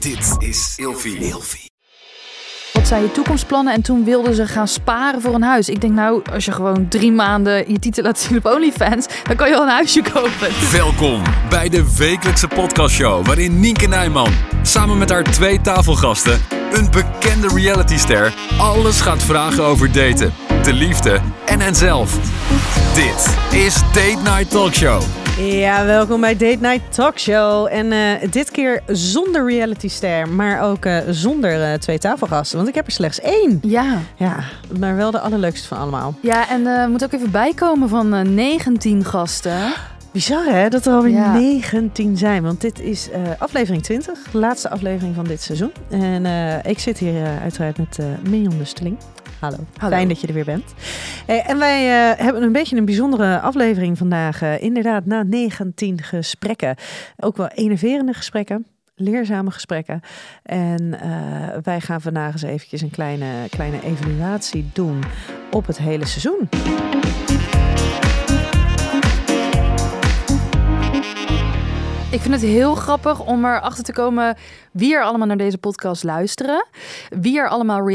Dit is Ilfie. Wat zijn je toekomstplannen? En toen wilden ze gaan sparen voor een huis. Ik denk nou, als je gewoon 3 maanden je titel laat zien op OnlyFans, dan kan je al een huisje kopen. Welkom bij de wekelijkse podcastshow waarin Nienke Nijman samen met haar 2 tafelgasten, een bekende realityster, alles gaat vragen over daten, de liefde en henzelf. Dit is Date Night Talkshow. Ja, welkom bij Date Night Talkshow. En dit keer zonder realityster, maar ook zonder 2 tafelgasten. Want ik heb er slechts 1. Ja, Maar wel de allerleukste van allemaal. ja, en moet ook even bijkomen van 19 gasten. Bizar hè, dat er alweer 19 zijn. Want dit is aflevering 20, de laatste aflevering van dit seizoen. En ik zit hier uiteraard met Mignon de Stelling. Hallo. Fijn dat je er weer bent. En wij hebben een beetje een bijzondere aflevering vandaag. Inderdaad, na 19 gesprekken. Ook wel enerverende gesprekken. Leerzame gesprekken. En wij gaan vandaag eens eventjes een kleine evaluatie doen op het hele seizoen. Ik vind het heel grappig om erachter te komen wie er allemaal naar deze podcast luisteren. Wie er allemaal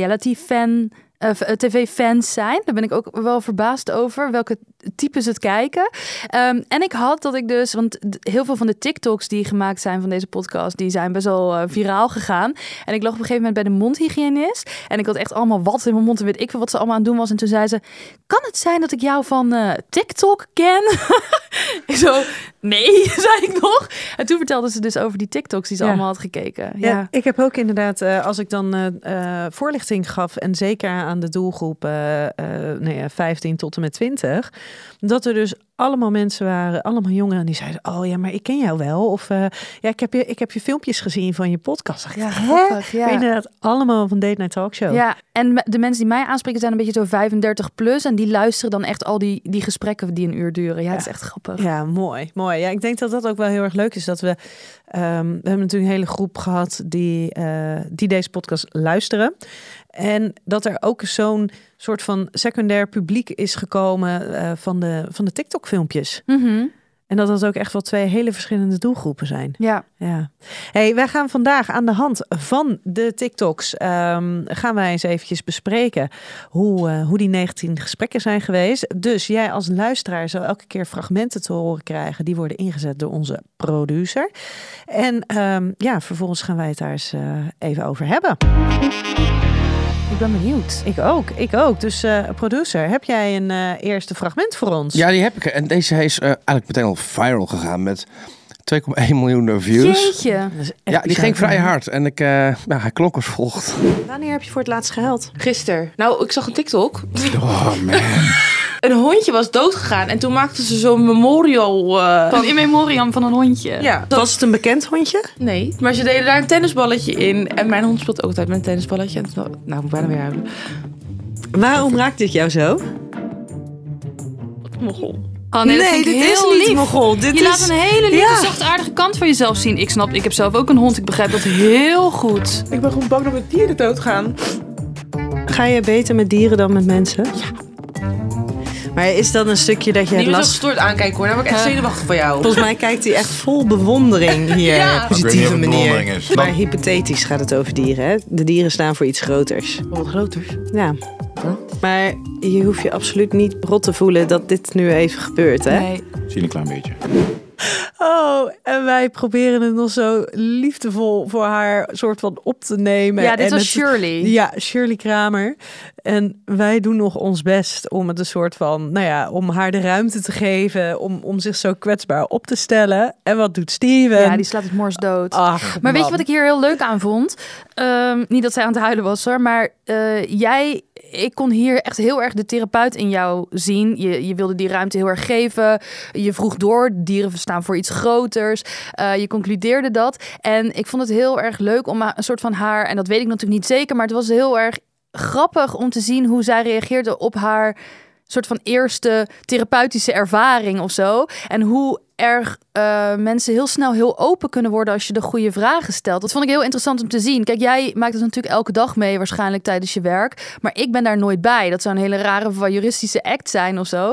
tv-fans zijn. Daar ben ik ook wel verbaasd over. Welke types het kijken. En ik had dat ik dus... Want heel veel van de TikToks die gemaakt zijn van deze podcast, die zijn best wel viraal gegaan. En ik lag op een gegeven moment bij de mondhygiënist. En ik had echt allemaal wat in mijn mond en weet ik veel wat ze allemaal aan het doen was. En toen zei ze, kan het zijn dat ik jou van TikTok ken? Ik zo, nee, zei ik nog. En toen vertelde ze dus over die TikToks die ze allemaal had gekeken. Ja, ik heb ook inderdaad, als ik dan voorlichting gaf en zeker aan de doelgroep 15 tot en met 20, dat er dus allemaal mensen waren, allemaal jongeren, die zeiden, oh ja, maar ik ken jou wel. Of ik heb je filmpjes gezien van je podcast. Ja, grappig, ja. Inderdaad, allemaal van Date Night Talkshow. Ja, en de mensen die mij aanspreken zijn een beetje zo 35 plus en die luisteren dan echt al die gesprekken die een uur duren. Ja, het is echt grappig. Ja, mooi. Ja, ik denk dat dat ook wel heel erg leuk is, dat we hebben natuurlijk een hele groep gehad die deze podcast luisteren. En dat er ook zo'n soort van secundair publiek is gekomen van de TikTok-filmpjes. Mm-hmm. En dat dat ook echt wel 2 hele verschillende doelgroepen zijn. Ja. Hey, wij gaan vandaag aan de hand van de TikToks gaan wij eens eventjes bespreken hoe die 19 gesprekken zijn geweest. Dus jij als luisteraar zal elke keer fragmenten te horen krijgen. Die worden ingezet door onze producer. En vervolgens gaan wij het daar eens even over hebben. Ik ben benieuwd. Ik ook. Dus producer, heb jij een eerste fragment voor ons? Ja, die heb ik. En deze is eigenlijk meteen al viral gegaan met 2,1 miljoen views. Jeetje. Ja, die ging vrij hard. En hij klonk als volgt. Wanneer heb je voor het laatst gehuild? Gisteren. Nou, ik zag een TikTok. Oh man. Een hondje was doodgegaan en toen maakten ze zo'n memorial. Van in memoriam van een hondje. Ja. Was het een bekend hondje? Nee, maar ze deden daar een tennisballetje in. En mijn hond speelt ook altijd met een tennisballetje. En toen, nou, ik moet bijna weer huilen. Waarom raakt dit jou zo? Mogol. Oh nee, dat vind ik dit heel is niet lief. Mogol. Je laat een hele lieve, zachtaardige kant van jezelf zien. Ik heb zelf ook een hond. Ik begrijp dat heel goed. Ik ben gewoon bang dat mijn dieren doodgaan. Ga je beter met dieren dan met mensen? Ja. Maar is dat een stukje dat je het Die was last... gestoord aankijken hoor. Daar word ik echt zenuwachtig van jou. Volgens mij kijkt hij echt vol bewondering hier. Ja. Positieve Ik weet niet of het manier. bewondering is. Maar hypothetisch gaat het over dieren, hè? De dieren staan voor iets groters. Wat groter. Ja. Maar je hoeft je absoluut niet rot te voelen dat dit nu even gebeurt, hè? Nee. Zie een klein beetje. Oh, en wij proberen het nog zo liefdevol voor haar soort van op te nemen. Ja, dit en was Shirley. Ja, Shirley Kramer. En wij doen nog ons best om het een soort van, om haar de ruimte te geven, om zich zo kwetsbaar op te stellen. En wat doet Steven? Ja, die slaat het mors dood. Ach, maar weet je man. wat ik hier heel leuk aan vond? Niet dat zij aan het huilen was hoor, maar ik kon hier echt heel erg de therapeut in jou zien. Je wilde die ruimte heel erg geven. Je vroeg door, dieren staan voor iets groters. Je concludeerde dat. En ik vond het heel erg leuk om een soort van haar, en dat weet ik natuurlijk niet zeker, maar het was heel erg grappig om te zien hoe zij reageerde op haar soort van eerste therapeutische ervaring of zo. En hoe erg mensen heel snel heel open kunnen worden als je de goede vragen stelt. Dat vond ik heel interessant om te zien. Kijk, jij maakt het natuurlijk elke dag mee waarschijnlijk tijdens je werk. Maar ik ben daar nooit bij. Dat zou een hele rare voyeuristische act zijn of zo.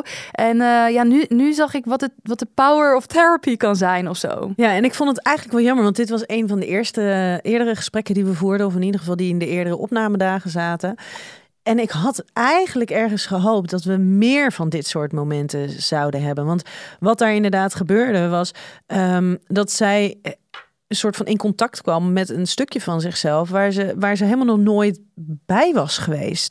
En nu zag ik wat de power of therapy kan zijn of zo. Ja, en ik vond het eigenlijk wel jammer, want dit was een van de eerdere gesprekken die we voerden, of in ieder geval die in de eerdere opnamedagen zaten. En ik had eigenlijk ergens gehoopt dat we meer van dit soort momenten zouden hebben. Want wat daar inderdaad gebeurde was dat zij een soort van in contact kwam met een stukje van zichzelf waar ze helemaal nog nooit bij was geweest.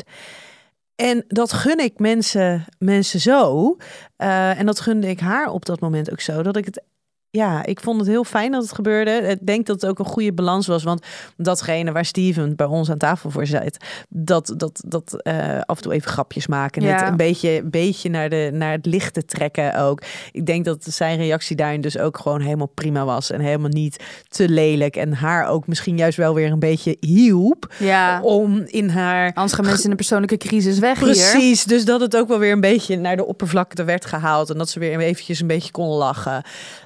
En dat gun ik mensen zo. En dat gunde ik haar op dat moment ook zo. Dat ik het... Ja, ik vond het heel fijn dat het gebeurde. Ik denk dat het ook een goede balans was. Want datgene waar Steven bij ons aan tafel voor zit... dat af en toe even grapjes maken. Ja. Het een beetje naar het licht te trekken ook. Ik denk dat zijn reactie daarin dus ook gewoon helemaal prima was. En helemaal niet te lelijk. En haar ook misschien juist wel weer een beetje hielp. Ja. Om in haar... Anders gaan mensen in een persoonlijke crisis weg. Precies, hier. Dus dat het ook wel weer een beetje naar de oppervlakte werd gehaald. En dat ze weer eventjes een beetje kon lachen.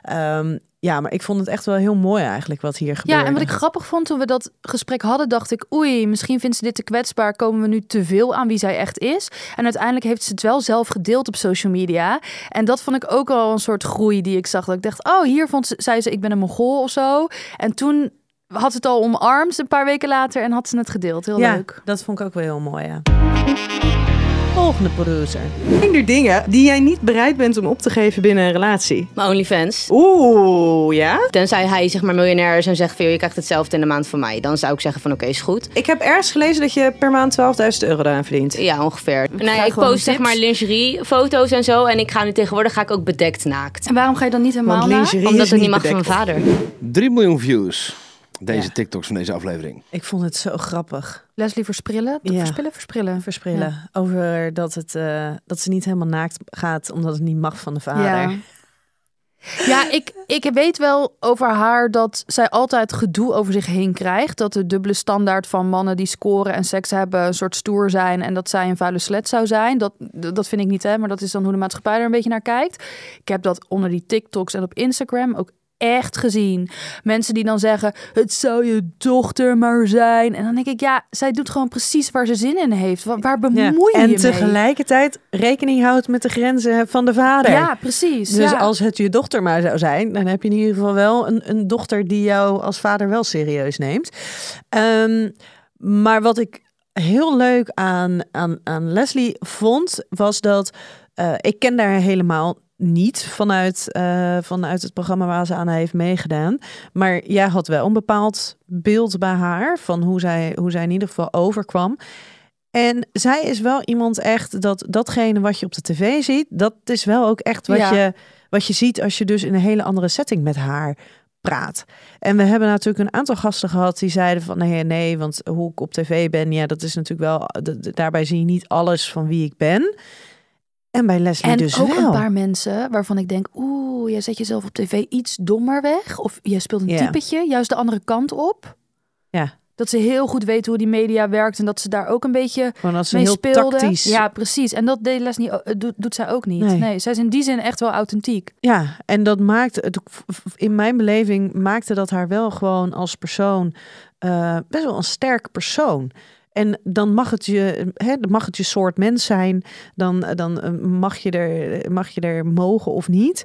Ja, maar ik vond het echt wel heel mooi eigenlijk wat hier gebeurde. Ja, en wat ik grappig vond toen we dat gesprek hadden, dacht ik, oei, misschien vindt ze dit te kwetsbaar. Komen we nu te veel aan wie zij echt is? En uiteindelijk heeft ze het wel zelf gedeeld op social media. En dat vond ik ook wel een soort groei die ik zag. Dat ik dacht, oh, hier zei ze, ik ben een Mongool of zo. En toen had ze het al omarmd een paar weken later en had ze het gedeeld. Heel leuk. Dat vond ik ook wel heel mooi, ja. Volgende producer. Zijn er dingen die jij niet bereid bent om op te geven binnen een relatie? Mijn OnlyFans. Oeh, ja? Tenzij hij zeg maar miljonair is en zegt van je krijgt hetzelfde in de maand van mij. Dan zou ik zeggen van oké, is goed. Ik heb ergens gelezen dat je per maand €12.000 daaraan verdient. Ja, ongeveer. Ik post zeg maar lingerie foto's en zo. En tegenwoordig ga ik ook bedekt naakt. En waarom ga je dan niet helemaal naakt? Omdat het niet mag van mijn vader. 3 miljoen views. Deze TikToks van deze aflevering. Ik vond het zo grappig. Leslie Versprillen? Versprillen. Ja. Over dat ze niet helemaal naakt gaat, omdat het niet mag van de vader. Ja, ik weet wel over haar dat zij altijd gedoe over zich heen krijgt. Dat de dubbele standaard van mannen die scoren en seks hebben een soort stoer zijn. En dat zij een vuile slet zou zijn. Dat vind ik niet, hè. Maar dat is dan hoe de maatschappij er een beetje naar kijkt. Ik heb dat onder die TikToks en op Instagram ook echt gezien. Mensen die dan zeggen, het zou je dochter maar zijn. En dan denk ik, ja, zij doet gewoon precies waar ze zin in heeft. Waar bemoei je mee? En tegelijkertijd rekening houdt met de grenzen van de vader. Ja, precies. Dus als het je dochter maar zou zijn, dan heb je in ieder geval wel een dochter die jou als vader wel serieus neemt. Maar wat ik heel leuk aan Leslie vond, was dat ik ken daar helemaal niet vanuit het programma waar ze aan heeft meegedaan. Maar jij had wel een bepaald beeld bij haar van hoe zij in ieder geval overkwam. En zij is wel iemand echt datgene wat je op de tv ziet, dat is wel ook echt wat je ziet als je dus in een hele andere setting met haar praat. En we hebben natuurlijk een aantal gasten gehad die zeiden van nee, want hoe ik op tv ben, ja, dat is natuurlijk wel, daarbij zie je niet alles van wie ik ben. En bij Leslie dus wel. En ook een paar mensen waarvan ik denk, jij zet jezelf op tv iets dommer weg. Of je speelt een typetje, juist de andere kant op. Ja. Dat ze heel goed weten hoe die media werkt en dat ze daar ook een beetje mee speelde. Tactisch. Ja, precies. En dat deed Leslie, doet zij ook niet. Nee, zij is in die zin echt wel authentiek. Ja, en dat maakt, in mijn beleving maakte dat haar wel gewoon als persoon best wel een sterk persoon. En dan mag het je soort mens zijn. Dan mag je er mogen of niet.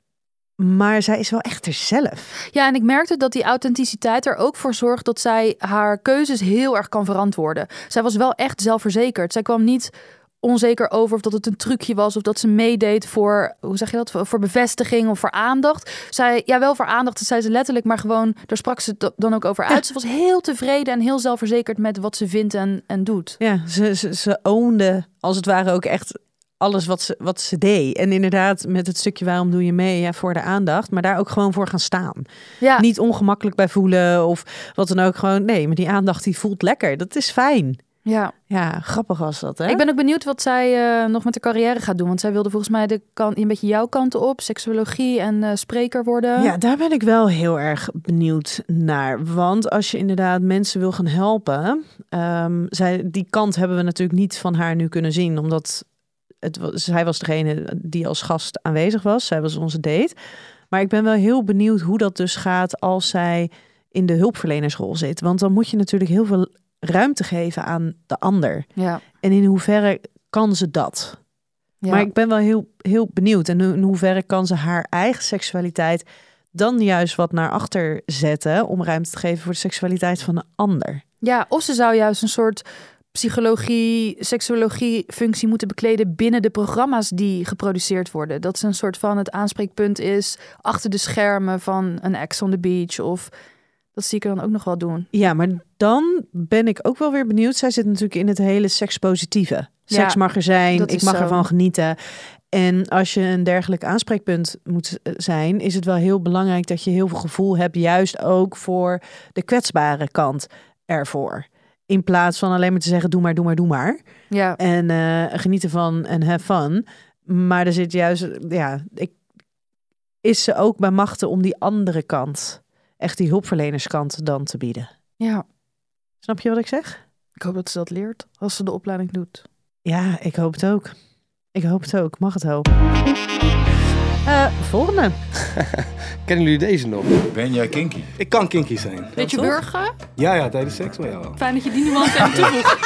Maar zij is wel echt zelf. Ja, en ik merkte dat die authenticiteit er ook voor zorgt dat zij haar keuzes heel erg kan verantwoorden. Zij was wel echt zelfverzekerd. Zij kwam niet onzeker over of dat het een trucje was of dat ze meedeed voor, hoe zeg je dat, voor bevestiging of voor aandacht. Wel voor aandacht, dat zei ze letterlijk, maar gewoon, daar sprak ze dan ook over uit. Ja. Ze was heel tevreden en heel zelfverzekerd met wat ze vindt en doet. Ja, ze ownde als het ware ook echt alles wat ze deed. En inderdaad, met het stukje waarom doe je mee? Ja, voor de aandacht, maar daar ook gewoon voor gaan staan. Ja. Niet ongemakkelijk bij voelen of wat dan ook. Gewoon, nee, maar die aandacht die voelt lekker. Dat is fijn. Ja, grappig was dat, hè? Ik ben ook benieuwd wat zij nog met de carrière gaat doen. Want zij wilde volgens mij een beetje jouw kant op. Seksuologie en spreker worden. Ja, daar ben ik wel heel erg benieuwd naar. Want als je inderdaad mensen wil gaan helpen. Die kant hebben we natuurlijk niet van haar nu kunnen zien. Omdat zij was degene die als gast aanwezig was. Zij was onze date. Maar ik ben wel heel benieuwd hoe dat dus gaat als zij in de hulpverlenersrol zit. Want dan moet je natuurlijk heel veel ruimte geven aan de ander. Ja. En in hoeverre kan ze dat? Ja. Maar ik ben wel heel, heel benieuwd. En in hoeverre kan ze haar eigen seksualiteit dan juist wat naar achter zetten om ruimte te geven voor de seksualiteit van een ander? Ja, of ze zou juist een soort psychologie, seksuologie functie moeten bekleden binnen de programma's die geproduceerd worden. Dat ze een soort van het aanspreekpunt is achter de schermen van een Ex on the Beach of dat zie ik er dan ook nog wel doen. Ja, maar dan ben ik ook wel weer benieuwd. Zij zit natuurlijk in het hele sekspositieve. Seks mag er zijn, ik mag ervan genieten. En als je een dergelijk aanspreekpunt moet zijn, is het wel heel belangrijk dat je heel veel gevoel hebt, juist ook voor de kwetsbare kant ervoor. In plaats van alleen maar te zeggen, doe maar. Ja. En genieten van en have fun. Maar er zit juist, is ze ook bij machten om die andere kant, echt die hulpverlenerskant dan te bieden. Ja. Snap je wat ik zeg? Ik hoop dat ze dat leert als ze de opleiding doet. Ja, ik hoop het ook. Ik mag het hopen. Volgende. Kennen jullie deze nog? Ben jij kinky? Ik kan kinky zijn. Weet je burger? Ja, tijdens seks wel. Ja. Fijn dat je die nuance aan toevoegt.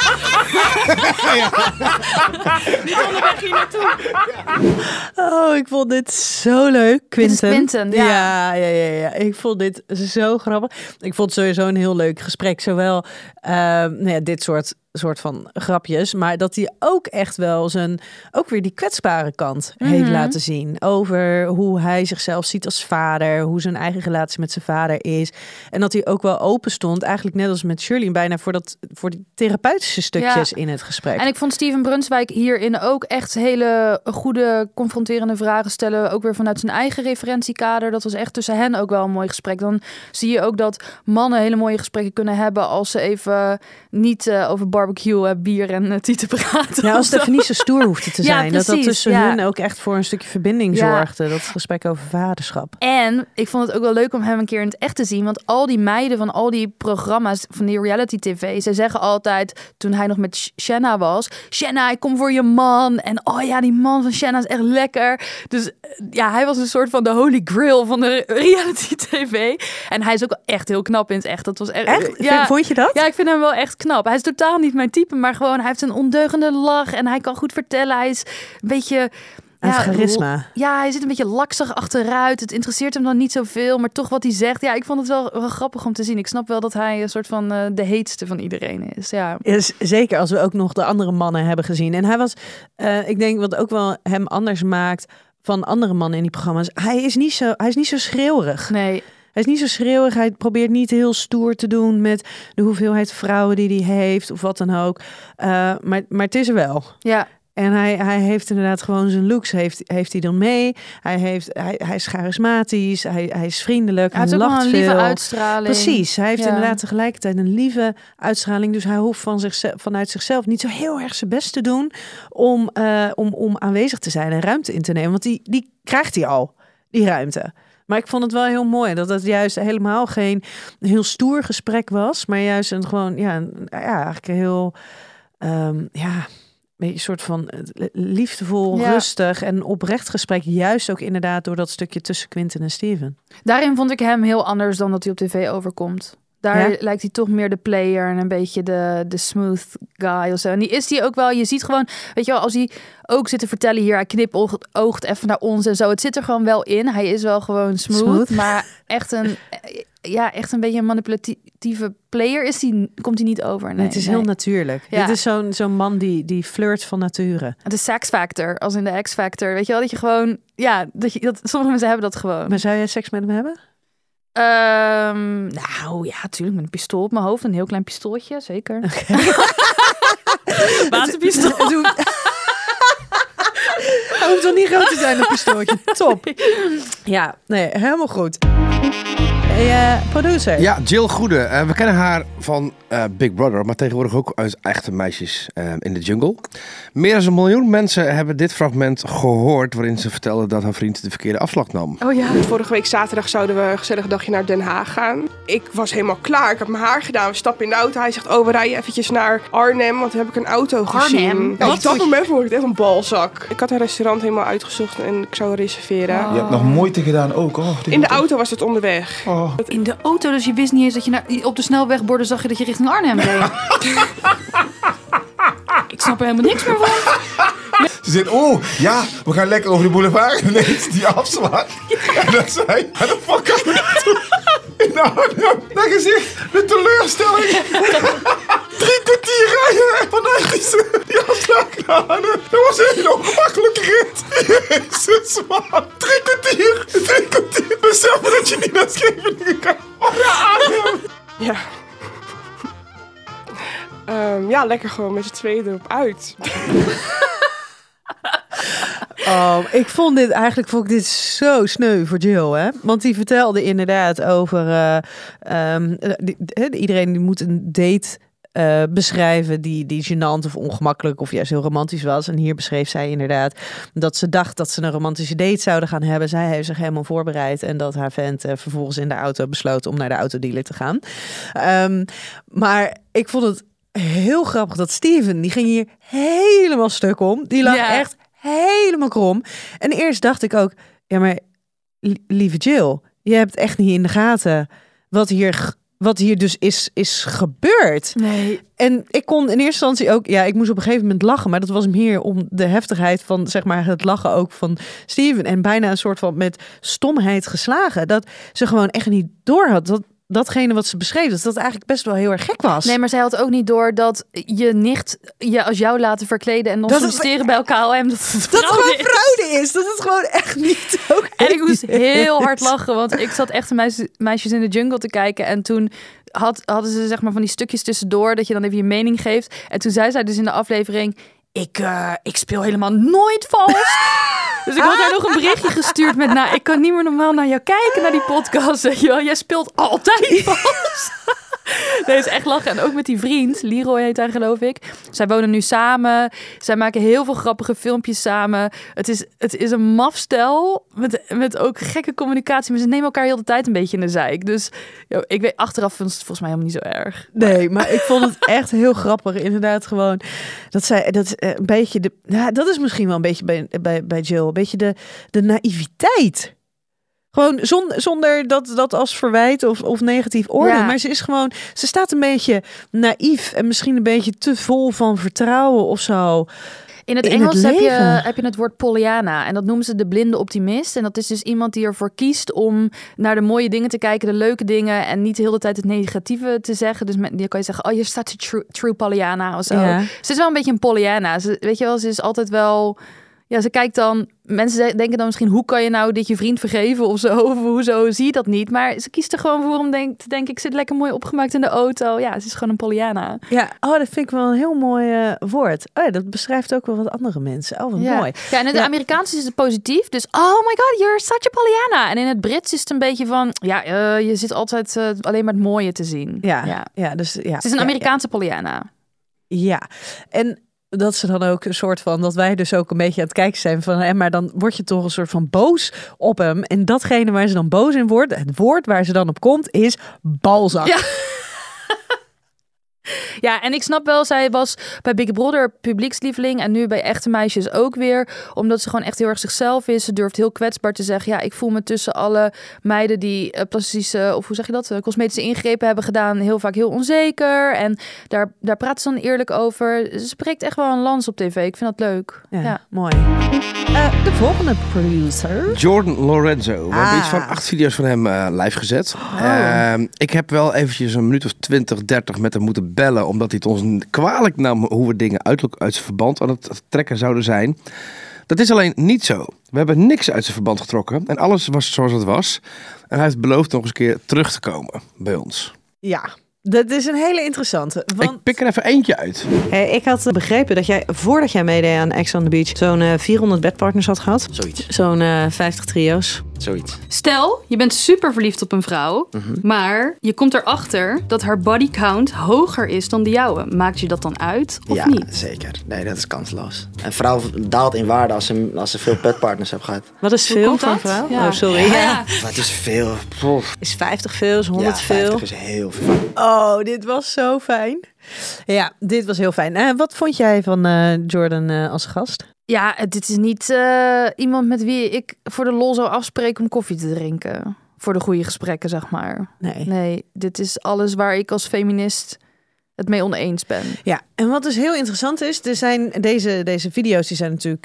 Die onderweg hier naartoe. Oh, ik vond dit zo leuk. Quinten. Quinten, ja. Ja. Ik vond dit zo grappig. Ik vond het sowieso een heel leuk gesprek. Zowel dit soort van grapjes, maar dat hij ook echt wel ook weer die kwetsbare kant heeft laten zien. Over hoe hij zichzelf ziet als vader, hoe zijn eigen relatie met zijn vader is. En dat hij ook wel open stond, eigenlijk net als met Shirley, bijna voor die therapeutische stukjes in het gesprek. En ik vond Steven Brunswijk hierin ook echt hele goede, confronterende vragen stellen. Ook weer vanuit zijn eigen referentiekader. Dat was echt tussen hen ook wel een mooi gesprek. Dan zie je ook dat mannen hele mooie gesprekken kunnen hebben als ze even niet over barbecue, bier en tieten praten. Ja, als het even niet zo stoer hoeft te zijn. Precies, dat tussen hun ook echt voor een stukje verbinding zorgde. Dat gesprek over vaderschap. En ik vond het ook wel leuk om hem een keer in het echt te zien. Want al die meiden van al die programma's, van die reality tv, ze zeggen altijd, toen hij nog met Shanna was, Shanna, ik kom voor je man. En oh ja, die man van Shanna is echt lekker. Dus ja, hij was een soort van de holy grail van de reality tv. En hij is ook echt heel knap in het echt. Dat was echt? Ja, vond je dat? Ja, ik vind hem wel echt knap. Hij is totaal niet mijn type, maar gewoon, hij heeft een ondeugende lach en hij kan goed vertellen. Hij is een beetje... charisma. Ja, hij zit een beetje laksig achteruit. Het interesseert hem dan niet zoveel, maar toch wat hij zegt. Ja, ik vond het wel grappig om te zien. Ik snap wel dat hij een soort van de heetste van iedereen is. Ja. Zeker als we ook nog de andere mannen hebben gezien. En hij was, ik denk wat ook wel hem anders maakt van andere mannen in die programma's. Hij is niet zo schreeuwerig. Nee. Hij is niet zo schreeuwig. Hij probeert niet heel stoer te doen met de hoeveelheid vrouwen die hij heeft of wat dan ook. Maar het is er wel. Ja. En hij heeft inderdaad gewoon zijn looks heeft hij dan mee. Hij is charismatisch. Hij is vriendelijk. Hij heeft ook lacht een veel. lieve uitstraling. Precies. Hij heeft inderdaad tegelijkertijd een lieve uitstraling. Dus hij hoeft vanuit zichzelf niet zo heel erg zijn best te doen om aanwezig te zijn en ruimte in te nemen. Want die krijgt hij al, die ruimte. Maar ik vond het wel heel mooi dat het juist helemaal geen heel stoer gesprek was. Maar juist eigenlijk een heel... een soort van liefdevol, rustig en oprecht gesprek. Juist ook inderdaad door dat stukje tussen Quinten en Steven. Daarin vond ik hem heel anders dan dat hij op tv overkomt. Daar lijkt hij toch meer de player en een beetje de smooth guy of zo. En die is hij ook wel. Je ziet gewoon, weet je wel, als hij ook zit te vertellen hier, hij knipoogt even naar ons en zo. Het zit er gewoon wel in. Hij is wel gewoon smooth. Maar echt een beetje een manipulatieve player komt hij niet over. Nee, het is heel natuurlijk. Ja. Dit is zo'n man die flirt van nature. De sex factor, als in de X Factor. Weet je wel, dat je gewoon... Ja, dat sommige mensen hebben dat gewoon. Maar zou jij seks met hem hebben? Nou ja, natuurlijk met een pistool op mijn hoofd. Een heel klein pistooltje, zeker. Okay. Waterpistool. Hij hoeft toch niet groot te zijn, een pistooltje. Top. Ja, nee, helemaal goed. Producer. Ja, Jill Goede. We kennen haar van Big Brother, maar tegenwoordig ook uit Echte Meisjes in de Jungle. Meer dan 1 miljoen mensen hebben dit fragment gehoord waarin ze vertelde dat haar vriend de verkeerde afslag nam. Oh ja. Vorige week zaterdag zouden we een gezellig dagje naar Den Haag gaan. Ik was helemaal klaar. Ik had mijn haar gedaan. We stappen in de auto. Hij zegt, we rijden eventjes naar Arnhem, want dan heb ik een auto gezien. Arnhem? Ja, op dat moment vond ik het echt een balzak. Ik had een restaurant helemaal uitgezocht en ik zou reserveren. Je hebt nog moeite gedaan ook. In de auto was het onderweg. In de auto, dus je wist niet eens dat je op de snelwegborden zag je dat je richting Arnhem reed. Ik snap er helemaal niks meer van. Ze zegt, we gaan lekker over de boulevard. En ineens die afslag. Ja. En dan zei hij, de fuck gaan we naartoe? In Arnhem. Dat gezicht, de teleurstelling. 3 kwartier rijden vanuit die afslag naar Arnhem. Dat was een hele ongemakkelijke rit. Jezus man. 3 kwartier. Besef dat je niet naar Scheveningen kan. Naar Arnhem. Ja. Ja, lekker gewoon met z'n tweeën erop uit. Ik vond dit zo sneu voor Jill, hè? Want die vertelde inderdaad over iedereen die moet een date beschrijven die gênant of ongemakkelijk of juist heel romantisch was. En hier beschreef zij inderdaad dat ze dacht dat ze een romantische date zouden gaan hebben. Zij heeft zich helemaal voorbereid en dat haar vent vervolgens in de auto besloot om naar de autodealer te gaan. Maar ik vond het heel grappig dat Steven, die ging hier helemaal stuk om. Die lag echt helemaal krom. En eerst dacht ik ook, ja maar lieve Jill, je hebt echt niet in de gaten wat hier dus is gebeurd. Nee. En ik kon in eerste instantie ook, ik moest op een gegeven moment lachen, maar dat was meer om de heftigheid van, zeg maar, het lachen ook van Steven en bijna een soort van met stomheid geslagen. Dat ze gewoon echt niet door had datgene wat ze beschreef, dat eigenlijk best wel heel erg gek was. Nee, maar zij had ook niet door dat je nicht je als jou laten verkleden en dan solliciteren bij elkaar OM dat het fraude is. Dat het gewoon echt niet ook. En ik moest heel hard lachen, want ik zat echt Meisjes in de Jungle te kijken en toen hadden ze zeg maar van die stukjes tussendoor dat je dan even je mening geeft. En toen zei zij dus in de aflevering, ik speel helemaal nooit vals. Dus ik had haar nog een berichtje gestuurd met, ik kan niet meer normaal naar jou kijken, naar die podcast. Weet je wel. Jij speelt altijd vals. Nee, het is echt lachen. En ook met die vriend, Leroy heet hij geloof ik. Zij wonen nu samen. Zij maken heel veel grappige filmpjes samen. Het is een maf stel met ook gekke communicatie. Maar ze nemen elkaar heel de tijd een beetje in de zeik. Dus ik weet, achteraf vond het volgens mij helemaal niet zo erg. Nee, maar ik vond het echt heel grappig. Inderdaad gewoon dat zij, dat een beetje dat is misschien wel een beetje bij Jill. Een beetje de naïviteit. Gewoon zonder dat als verwijt of negatief oordeel. Ja. Maar ze staat een beetje naïef en misschien een beetje te vol van vertrouwen of zo. In het Engels heb je het woord Pollyanna. En dat noemen ze de blinde optimist. En dat is dus iemand die ervoor kiest om naar de mooie dingen te kijken, de leuke dingen. En niet de hele tijd het negatieve te zeggen. Dus die kan je zeggen, je staat true Pollyanna of zo. Ja. Ze is wel een beetje een Pollyanna. Weet je wel, ze is altijd wel... Ja, ze kijkt dan... Mensen denken dan misschien, hoe kan je nou dit je vriend vergeven of zo? Of hoezo zie je dat niet? Maar ze kiest er gewoon voor om te denken, ik zit lekker mooi opgemaakt in de auto. Ja, ze is gewoon een Pollyanna. Ja, dat vind ik wel een heel mooi woord. Oh ja, dat beschrijft ook wel wat andere mensen. Oh, wat mooi. Ja, en in het Amerikaans is het positief. Dus, oh my god, you're such a Pollyanna. En in het Brits is het een beetje van, je zit altijd alleen maar het mooie te zien. Ja, dus ja. Het is een Amerikaanse Pollyanna. Ja, en... dat ze dan ook een soort van, dat wij dus ook een beetje aan het kijken zijn van, maar dan word je toch een soort van boos op hem. En datgene waar ze dan boos in wordt, het woord waar ze dan op komt, is balzak. Ja. Ja, en ik snap wel, zij was bij Big Brother publiekslieveling en nu bij Echte Meisjes ook weer. Omdat ze gewoon echt heel erg zichzelf is. Ze durft heel kwetsbaar te zeggen, ik voel me tussen alle meiden die plastische, of hoe zeg je dat, cosmetische ingrepen hebben gedaan, heel vaak heel onzeker. En daar praat ze dan eerlijk over. Ze spreekt echt wel een lans op tv. Ik vind dat leuk. Ja. Mooi. De volgende producer. Jordan Lorenzo. We hebben iets van 8 video's van hem live gezet. Ik heb wel eventjes een minuut of 20, 30 met hem moeten bellen, omdat hij het ons kwalijk nam hoe we dingen uit zijn verband aan het trekken zouden zijn. Dat is alleen niet zo. We hebben niks uit zijn verband getrokken en alles was zoals het was. En hij heeft beloofd nog eens een keer terug te komen bij ons. Ja. Dat is een hele interessante. Want... Ik pik er even eentje uit. Ik had begrepen dat jij, voordat jij meedeed aan Ex on the Beach, zo'n 400 bedpartners had gehad. Zoiets. Zo'n 50 trio's. Zoiets. Stel, je bent super verliefd op een vrouw, maar je komt erachter dat haar bodycount hoger is dan de jouwe. Maakt je dat dan uit of niet? Ja, zeker. Nee, dat is kansloos. Een vrouw daalt in waarde als ze veel petpartners heeft gehad. Wat is veel voor een vrouw? Ja. Oh, sorry. Ja. Wat is veel? Is 50 veel? Is 100 veel? 50 is heel veel. Oh, dit was zo fijn. Ja, dit was heel fijn. Wat vond jij van Jordan als gast? Ja, dit is niet iemand met wie ik voor de lol zou afspreken om koffie te drinken. Voor de goede gesprekken, zeg maar. Nee, dit is alles waar ik als feminist het mee oneens ben. Ja, en wat dus heel interessant is, er zijn deze video's, die zijn natuurlijk,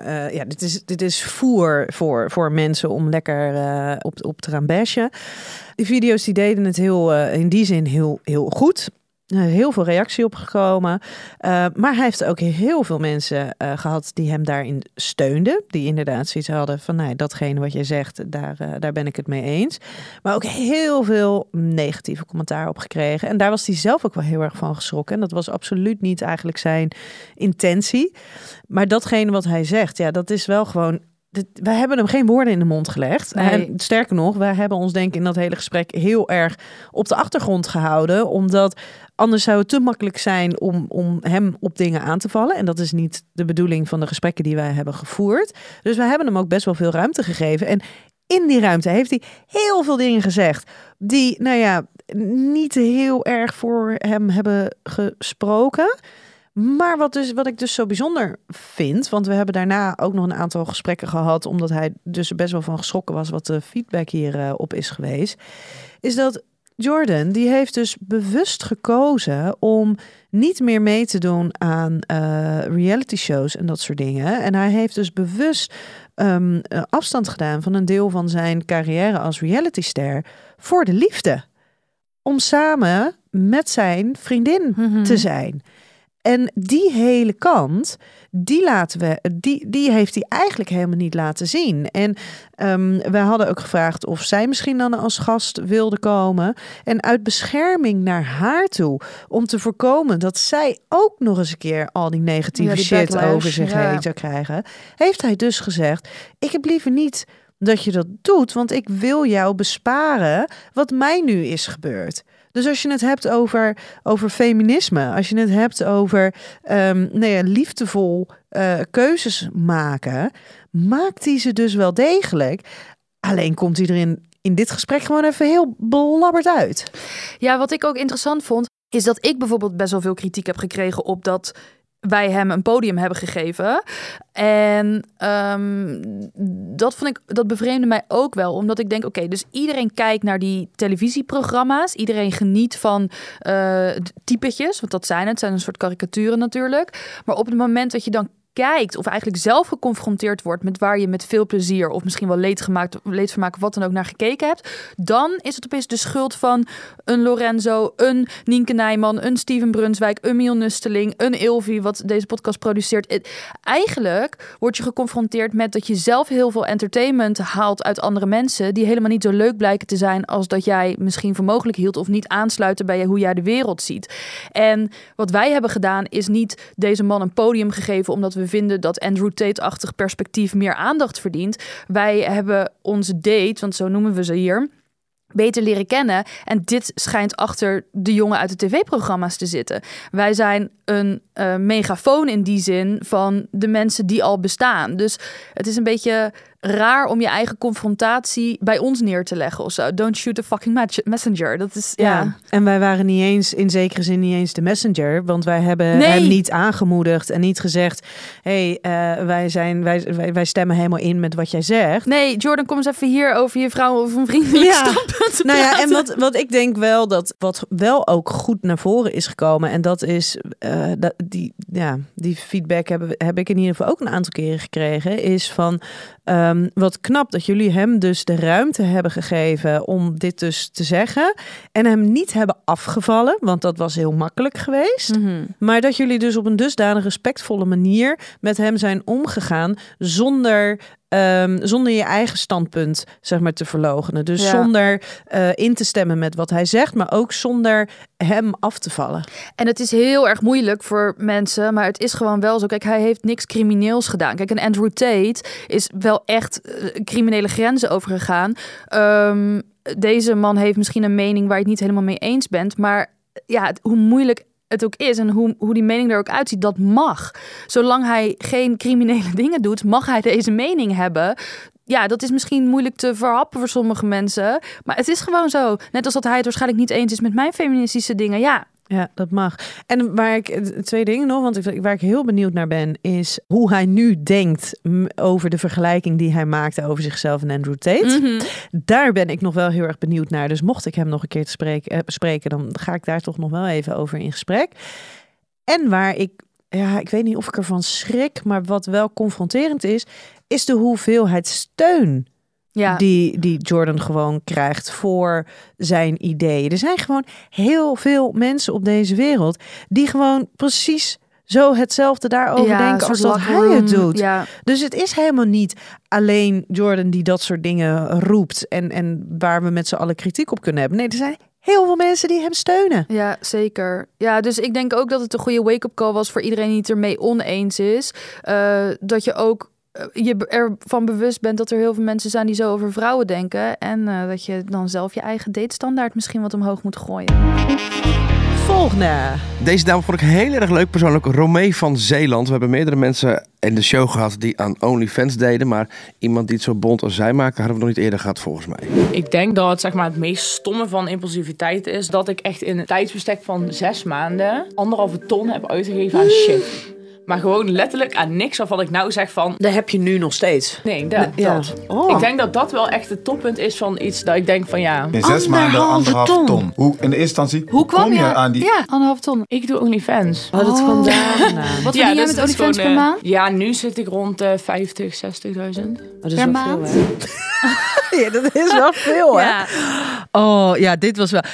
dit is voer voor mensen om lekker op te gaan bashen. Die video's die deden het in die zin heel goed. Heel veel reactie op gekomen. Maar hij heeft ook heel veel mensen gehad die hem daarin steunden. Die inderdaad zoiets hadden van, nou, datgene wat je zegt, daar ben ik het mee eens. Maar ook heel veel negatieve commentaar op gekregen. En daar was hij zelf ook wel heel erg van geschrokken. En dat was absoluut niet eigenlijk zijn intentie. Maar datgene wat hij zegt, ja, dat is wel gewoon... Wij hebben hem geen woorden in de mond gelegd. Nee. En sterker nog, wij hebben ons denk ik in dat hele gesprek heel erg op de achtergrond gehouden. Omdat anders zou het te makkelijk zijn om hem op dingen aan te vallen. En dat is niet de bedoeling van de gesprekken die wij hebben gevoerd. Dus wij hebben hem ook best wel veel ruimte gegeven. En in die ruimte heeft hij heel veel dingen gezegd die, nou ja, niet heel erg voor hem hebben gesproken. Maar wat ik dus zo bijzonder vind, want we hebben daarna ook nog een aantal gesprekken gehad, omdat hij dus best wel van geschrokken was wat de feedback hierop is geweest, is dat Jordan, die heeft dus bewust gekozen om niet meer mee te doen aan reality shows en dat soort dingen. En hij heeft dus bewust afstand gedaan van een deel van zijn carrière als realityster voor de liefde. Om samen met zijn vriendin te zijn. En die hele kant, die heeft hij eigenlijk helemaal niet laten zien. En we hadden ook gevraagd of zij misschien dan als gast wilde komen. En uit bescherming naar haar toe, om te voorkomen dat zij ook nog eens een keer al die negatieve shit backlash over zich heen zou krijgen, heeft hij dus gezegd, ik heb liever niet dat je dat doet, want ik wil jou besparen wat mij nu is gebeurd. Dus als je het hebt over feminisme, als je het hebt over liefdevol keuzes maken, maakt hij ze dus wel degelijk. Alleen komt hij erin in dit gesprek gewoon even heel belabberd uit. Ja, wat ik ook interessant vond, is dat ik bijvoorbeeld best wel veel kritiek heb gekregen op dat wij hem een podium hebben gegeven. En dat bevreemde mij ook wel. Omdat ik denk, oké, dus iedereen kijkt naar die televisieprogramma's. Iedereen geniet van typetjes. Want dat zijn het. zijn een soort karikaturen natuurlijk. Maar op het moment dat je dan kijkt of eigenlijk zelf geconfronteerd wordt met waar je met veel plezier of misschien wel leedvermaak of wat dan ook naar gekeken hebt, dan is het opeens de schuld van een Lorenzo, een Nienke Nijman, een Steven Brunswijk, een Miel Nusteling, een Ilvi, wat deze podcast produceert. Eigenlijk word je geconfronteerd met dat je zelf heel veel entertainment haalt uit andere mensen die helemaal niet zo leuk blijken te zijn als dat jij misschien voor mogelijk hield of niet aansluiten bij hoe jij de wereld ziet. En wat wij hebben gedaan is niet deze man een podium gegeven omdat we vinden dat Andrew Tate-achtig perspectief meer aandacht verdient. Wij hebben onze date, want zo noemen we ze hier, beter leren kennen. En dit schijnt achter de jongen uit de tv-programma's te zitten. Wij zijn een megafoon in die zin van de mensen die al bestaan. Dus het is een beetje raar om je eigen confrontatie bij ons neer te leggen of zo. Don't shoot a fucking messenger. Dat is, ja. En wij waren niet eens, in zekere zin niet eens de messenger, want wij hebben hem niet aangemoedigd en niet gezegd, wij stemmen helemaal in met wat jij zegt. Nee, Jordan, kom eens even hier over je vrouw of een vriendelijk standpunt te praten. En wat ik denk wel, dat wat wel ook goed naar voren is gekomen, en dat is die feedback heb ik in ieder geval ook een aantal keren gekregen, is van wat knap dat jullie hem dus de ruimte hebben gegeven om dit dus te zeggen en hem niet hebben afgevallen, want dat was heel makkelijk geweest. Maar dat jullie dus op een dusdanig respectvolle manier met hem zijn omgegaan zonder zonder je eigen standpunt zeg maar te verloochenen. Dus zonder in te stemmen met wat hij zegt, maar ook zonder hem af te vallen. En het is heel erg moeilijk voor mensen, maar het is gewoon wel zo. Kijk, hij heeft niks crimineels gedaan. Kijk, en Andrew Tate is wel echt criminele grenzen overgegaan. Deze man heeft misschien een mening waar je het niet helemaal mee eens bent, maar ja, hoe moeilijk het ook is en hoe die mening er ook uitziet, dat mag. Zolang hij geen criminele dingen doet, mag hij deze mening hebben. Ja, dat is misschien moeilijk te verhappen voor sommige mensen, maar het is gewoon zo. Net als dat hij het waarschijnlijk niet eens is met mijn feministische dingen. Ja, dat mag. En waar ik 2 dingen nog, want waar ik heel benieuwd naar ben, is hoe hij nu denkt over de vergelijking die hij maakte over zichzelf en Andrew Tate. Mm-hmm. Daar ben ik nog wel heel erg benieuwd naar. Dus mocht ik hem nog een keer te spreken, dan ga ik daar toch nog wel even over in gesprek. En waar ik weet niet of ik ervan schrik, maar wat wel confronterend is de hoeveelheid steun die Jordan gewoon krijgt voor zijn ideeën. Er zijn gewoon heel veel mensen op deze wereld die gewoon precies zo hetzelfde daarover denken als dat hij het doet. Ja. Dus het is helemaal niet alleen Jordan die dat soort dingen roept en waar we met z'n allen kritiek op kunnen hebben. Nee, er zijn heel veel mensen die hem steunen. Ja, zeker. Ja, dus ik denk ook dat het een goede wake-up call was voor iedereen die het ermee oneens is. Dat je ook je ervan bewust bent dat er heel veel mensen zijn die zo over vrouwen denken. En dat je dan zelf je eigen datestandaard misschien wat omhoog moet gooien. Volgende. Deze dame vond ik heel erg leuk persoonlijk. Romee van Zeeland. We hebben meerdere mensen in de show gehad die aan OnlyFans deden. Maar iemand die het zo bont als zij maken, hadden we nog niet eerder gehad volgens mij. Ik denk dat het meest stomme van impulsiviteit is dat ik echt in een tijdsbestek van 6 maanden 1,5 ton heb uitgegeven aan shit. Maar gewoon letterlijk aan niks waarvan ik nou zeg van... Dat heb je nu nog steeds. Nee, dat. Oh. Ik denk dat dat wel echt het toppunt is van iets dat ik denk van ja... In 6 maanden 1,5 ton. Hoe, in de eerste instantie, hoe kwam je aan die... Ja, 1,5 ton. Ik doe OnlyFans. Oh, dat vandaag. Wat verdien jij met OnlyFans per maand? Ja, nu zit ik rond 50.000, 60.000. Dat is per maand? Veel, ja, dat is wel veel, hè? Ja. Oh, ja, dit was wel...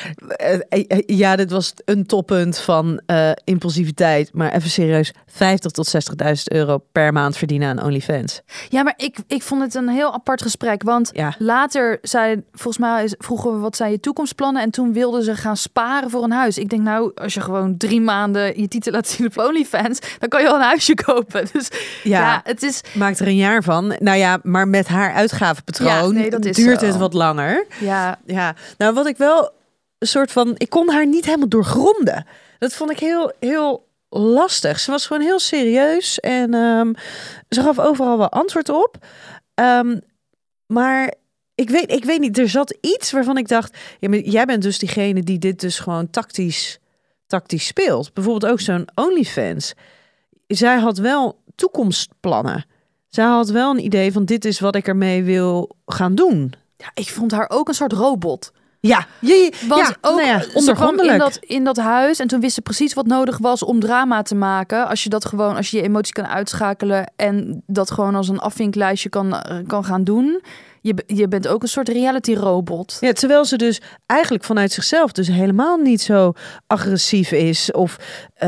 dit was een toppunt van impulsiviteit. Maar even serieus, 50.000 tot 60.000 euro per maand verdienen aan OnlyFans. Ja, maar ik vond het een heel apart gesprek. Want later volgens mij vroegen we wat zijn je toekomstplannen. En toen wilden ze gaan sparen voor een huis. Ik denk nou, als je gewoon 3 maanden je titel laat zien op OnlyFans, dan kan je al een huisje kopen. Dus ja, het is... Maakt er een jaar van. Nou ja, maar met haar uitgavenpatroon duurt het wat langer. Ja. Nou, wat ik wel een soort van... Ik kon haar niet helemaal doorgronden. Dat vond ik heel, heel lastig. Ze was gewoon heel serieus en ze gaf overal wel antwoord op. Maar ik weet niet, er zat iets waarvan ik dacht... Ja, maar jij bent dus diegene die dit dus gewoon tactisch speelt. Bijvoorbeeld ook zo'n OnlyFans. Zij had wel toekomstplannen. Zij had wel een idee van dit is wat ik ermee wil gaan doen. Ja, ik vond haar ook een soort robot. Ja, ze kwam in dat huis en toen wist ze precies wat nodig was om drama te maken. Als je je emotie kan uitschakelen en dat gewoon als een afvinklijstje kan gaan doen. Je bent ook een soort reality robot. Ja, terwijl ze dus eigenlijk vanuit zichzelf dus helemaal niet zo agressief is. Of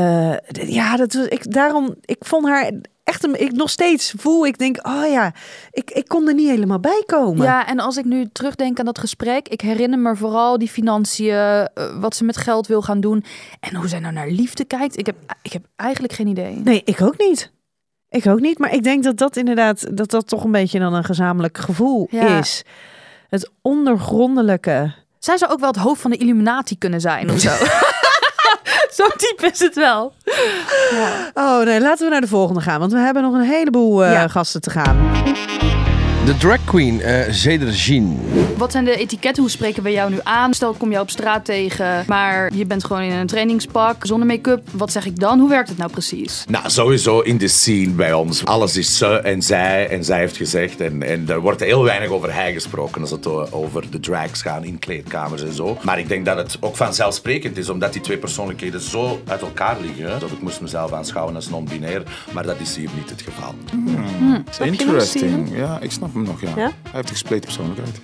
ik vond haar echt nog steeds ik denk, ik kon er niet helemaal bij komen. Ja, en als ik nu terugdenk aan dat gesprek, ik herinner me vooral die financiën, wat ze met geld wil gaan doen en hoe zij nou naar liefde kijkt. Ik heb eigenlijk geen idee. Nee, ik ook niet, maar ik denk dat inderdaad, dat toch een beetje dan een gezamenlijk gevoel is. Het ondergrondelijke. Zij zou ook wel het hoofd van de Illuminati kunnen zijn of zo. Zo'n type is het wel. Ja. Oh nee, laten we naar de volgende gaan, want we hebben nog een heleboel gasten te gaan. De drag queen, Zedergine. Wat zijn de etiketten? Hoe spreken we jou nu aan? Stel, ik kom jou op straat tegen, maar je bent gewoon in een trainingspak, zonder make-up. Wat zeg ik dan? Hoe werkt het nou precies? Nou, sowieso in de scene bij ons. Alles is ze en zij heeft gezegd. En er wordt heel weinig over hij gesproken als het over de drags gaan in kleedkamers en zo. Maar ik denk dat het ook vanzelfsprekend is, omdat die 2 persoonlijkheden zo uit elkaar liggen. Dat ik moest mezelf aanschouwen als non-binair, maar dat is hier niet het geval. Interesting. Ja, ik snap hem nog, ja. Hij heeft een gespleten persoonlijkheid.